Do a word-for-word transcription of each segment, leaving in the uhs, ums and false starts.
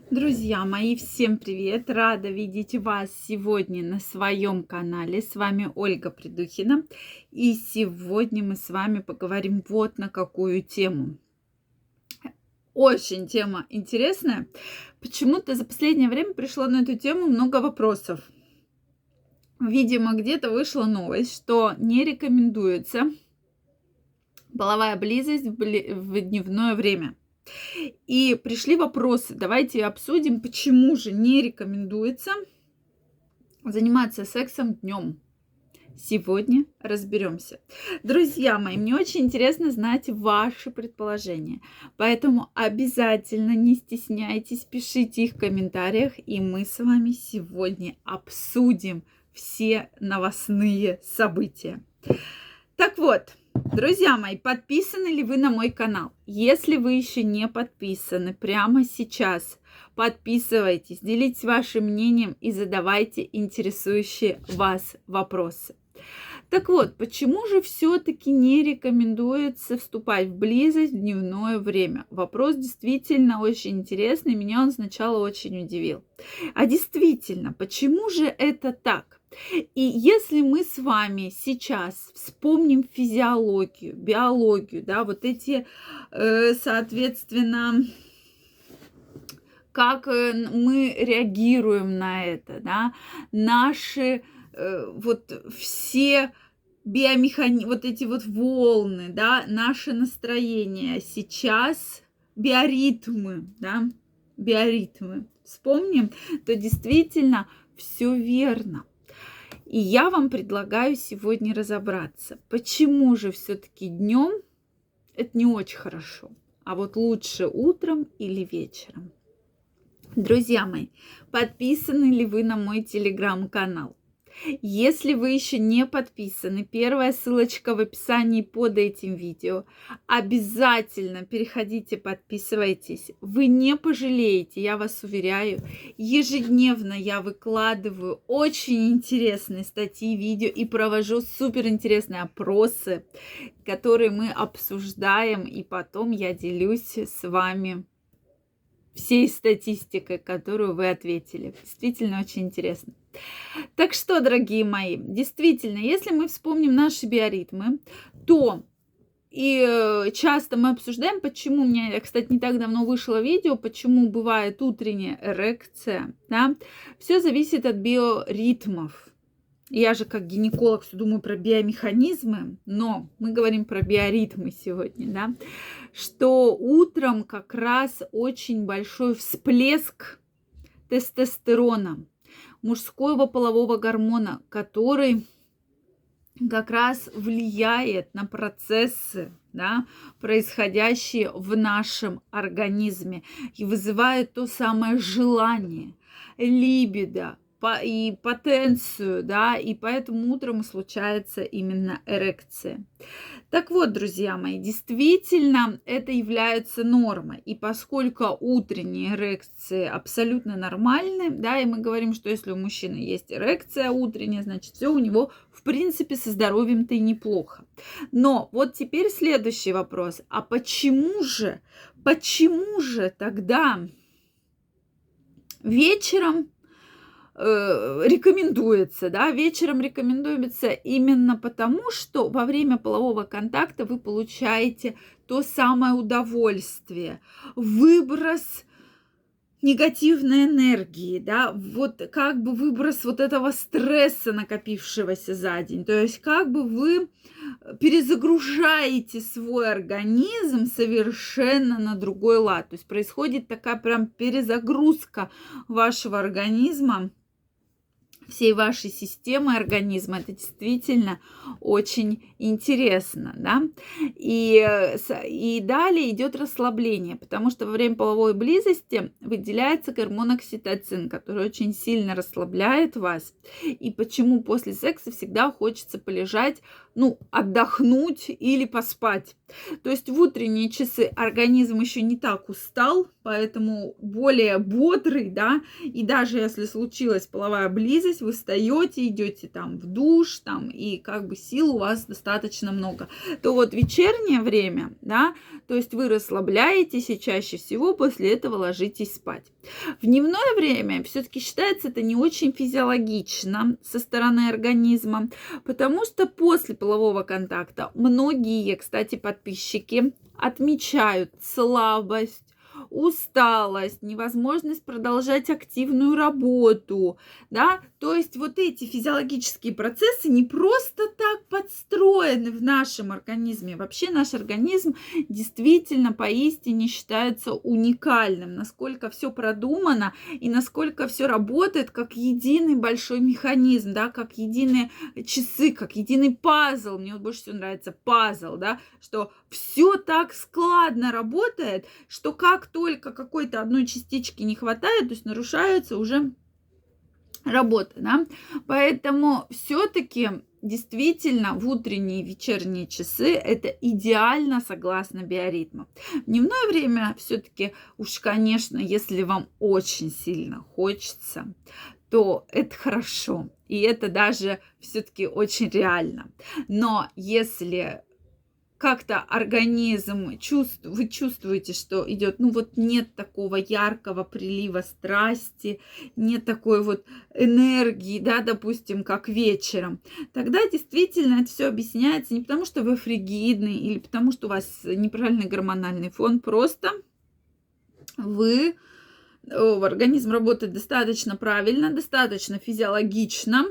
Друзья мои, всем привет! Рада видеть вас сегодня на своем канале. С вами Ольга Придухина. И сегодня мы с вами поговорим вот на какую тему. Очень тема интересная. Почему-то за последнее время пришло на эту тему много вопросов. Видимо, где-то вышла новость, что не рекомендуется половая близость в дневное время. И пришли вопросы. Давайте обсудим, почему же не рекомендуется заниматься сексом днем. Сегодня разберемся. Друзья мои, мне очень интересно знать ваши предположения. Поэтому обязательно не стесняйтесь, пишите их в комментариях, и мы с вами сегодня обсудим все новостные события. Так вот, друзья мои, подписаны ли вы на мой канал? Если вы еще не подписаны, прямо сейчас подписывайтесь, делитесь вашим мнением и задавайте интересующие вас вопросы. Так вот, почему же все-таки не рекомендуется вступать в близость в дневное время? Вопрос действительно очень интересный, меня он сначала очень удивил. А действительно, почему же это так? И если мы с вами сейчас вспомним физиологию, биологию, да, вот эти, э, соответственно, как мы реагируем на это, да, наши э, вот все биомехани... вот эти вот волны, да, наше настроение сейчас, биоритмы, да, биоритмы, вспомним, то действительно все верно. И я вам предлагаю сегодня разобраться, почему же все-таки днем это не очень хорошо, а вот лучше утром или вечером. Друзья мои, подписаны ли вы на мой телеграм-канал? Если вы еще не подписаны, первая ссылочка в описании под этим видео. Обязательно переходите, подписывайтесь. Вы не пожалеете, я вас уверяю. Ежедневно я выкладываю очень интересные статьи, видео и провожу суперинтересные опросы, которые мы обсуждаем, и потом я делюсь с вами всей статистикой, которую вы ответили. Действительно очень интересно. Так что, дорогие мои, действительно, если мы вспомним наши биоритмы, то и часто мы обсуждаем, почему, у меня, кстати, не так давно вышло видео, почему бывает утренняя эрекция, да? Все зависит от биоритмов. Я же как гинеколог все думаю про биомеханизмы, но мы говорим про биоритмы сегодня, да, что утром как раз очень большой всплеск тестостерона, мужского полового гормона, который как раз влияет на процессы, да, происходящие в нашем организме и вызывает то самое желание, либидо, и потенцию, да, и поэтому утром случается именно эрекция. Так вот, друзья мои, действительно это является нормой, и поскольку утренние эрекции абсолютно нормальны, да, и мы говорим, что если у мужчины есть эрекция утренняя, значит, все у него, в принципе, со здоровьем-то и неплохо. Но вот теперь следующий вопрос, а почему же, почему же тогда вечером рекомендуется, да, вечером рекомендуется именно потому, что во время полового контакта вы получаете то самое удовольствие, выброс негативной энергии, да, вот как бы выброс вот этого стресса, накопившегося за день, то есть как бы вы перезагружаете свой организм совершенно на другой лад, то есть происходит такая прям перезагрузка вашего организма, всей вашей системы организма. Это действительно очень интересно, да. И, и далее идет расслабление, потому что во время половой близости выделяется гормон окситоцин, который очень сильно расслабляет вас. И почему после секса всегда хочется полежать ну, отдохнуть или поспать. То есть в утренние часы организм еще не так устал, поэтому более бодрый, да, и даже если случилась половая близость, вы встаете, идете там в душ, там, и как бы сил у вас достаточно много. То вот вечернее время, да, то есть вы расслабляетесь и чаще всего после этого ложитесь спать. В дневное время все-таки считается это не очень физиологично со стороны организма, потому что после полового контакта многие, кстати, подписчики отмечают слабость, усталость, невозможность продолжать активную работу, да, то есть вот эти физиологические процессы не просто так подстроены в нашем организме. Вообще наш организм действительно поистине считается уникальным, насколько все продумано и насколько все работает как единый большой механизм, да, как единые часы, как единый пазл. Мне вот больше всего нравится пазл, да, что все так складно работает, что как только какой-то одной частички не хватает, то есть нарушается уже работа, да. Поэтому все-таки действительно в утренние и вечерние часы это идеально согласно биоритму. В дневное время все-таки уж, конечно, если вам очень сильно хочется, то это хорошо. И это даже все-таки очень реально. Но если как-то организм, чувств, вы чувствуете, что идет, ну вот нет такого яркого прилива страсти, нет такой вот энергии, да, допустим, как вечером, тогда действительно это все объясняется не потому, что вы фригидный или потому, что у вас неправильный гормональный фон, просто вы, организм работает достаточно правильно, достаточно физиологично,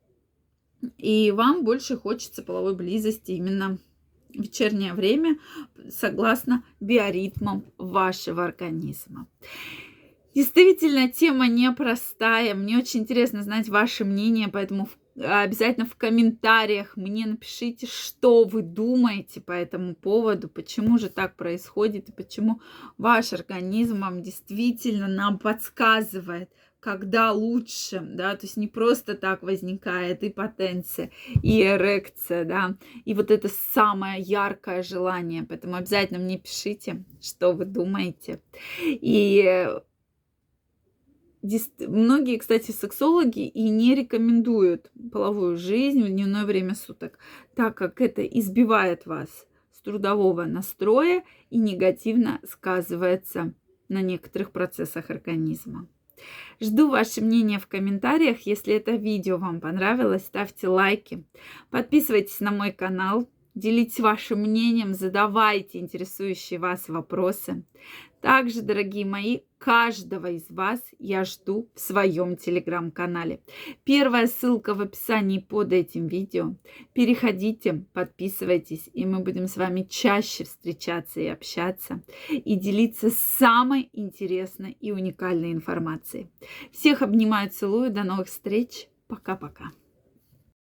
и вам больше хочется половой близости именно вечернее время, согласно биоритмам вашего организма. Действительно, тема непростая. Мне очень интересно знать ваше мнение, поэтому обязательно в комментариях мне напишите, что вы думаете по этому поводу, почему же так происходит и почему ваш организм вам действительно нам подсказывает, когда лучше, да, то есть не просто так возникает и потенция, и эрекция, да, и вот это самое яркое желание. Поэтому обязательно мне пишите, что вы думаете. И многие, кстати, сексологи и не рекомендуют половую жизнь в дневное время суток, так как это избивает вас с трудового настроя и негативно сказывается на некоторых процессах организма. Жду ваше мнение в комментариях. Если это видео вам понравилось, ставьте лайки, подписывайтесь на мой канал, делитесь вашим мнением, задавайте интересующие вас вопросы. Также, дорогие мои, каждого из вас я жду в своем телеграм-канале. Первая ссылка в описании под этим видео. Переходите, подписывайтесь, и мы будем с вами чаще встречаться и общаться, и делиться самой интересной и уникальной информацией. Всех обнимаю, целую, до новых встреч, пока-пока.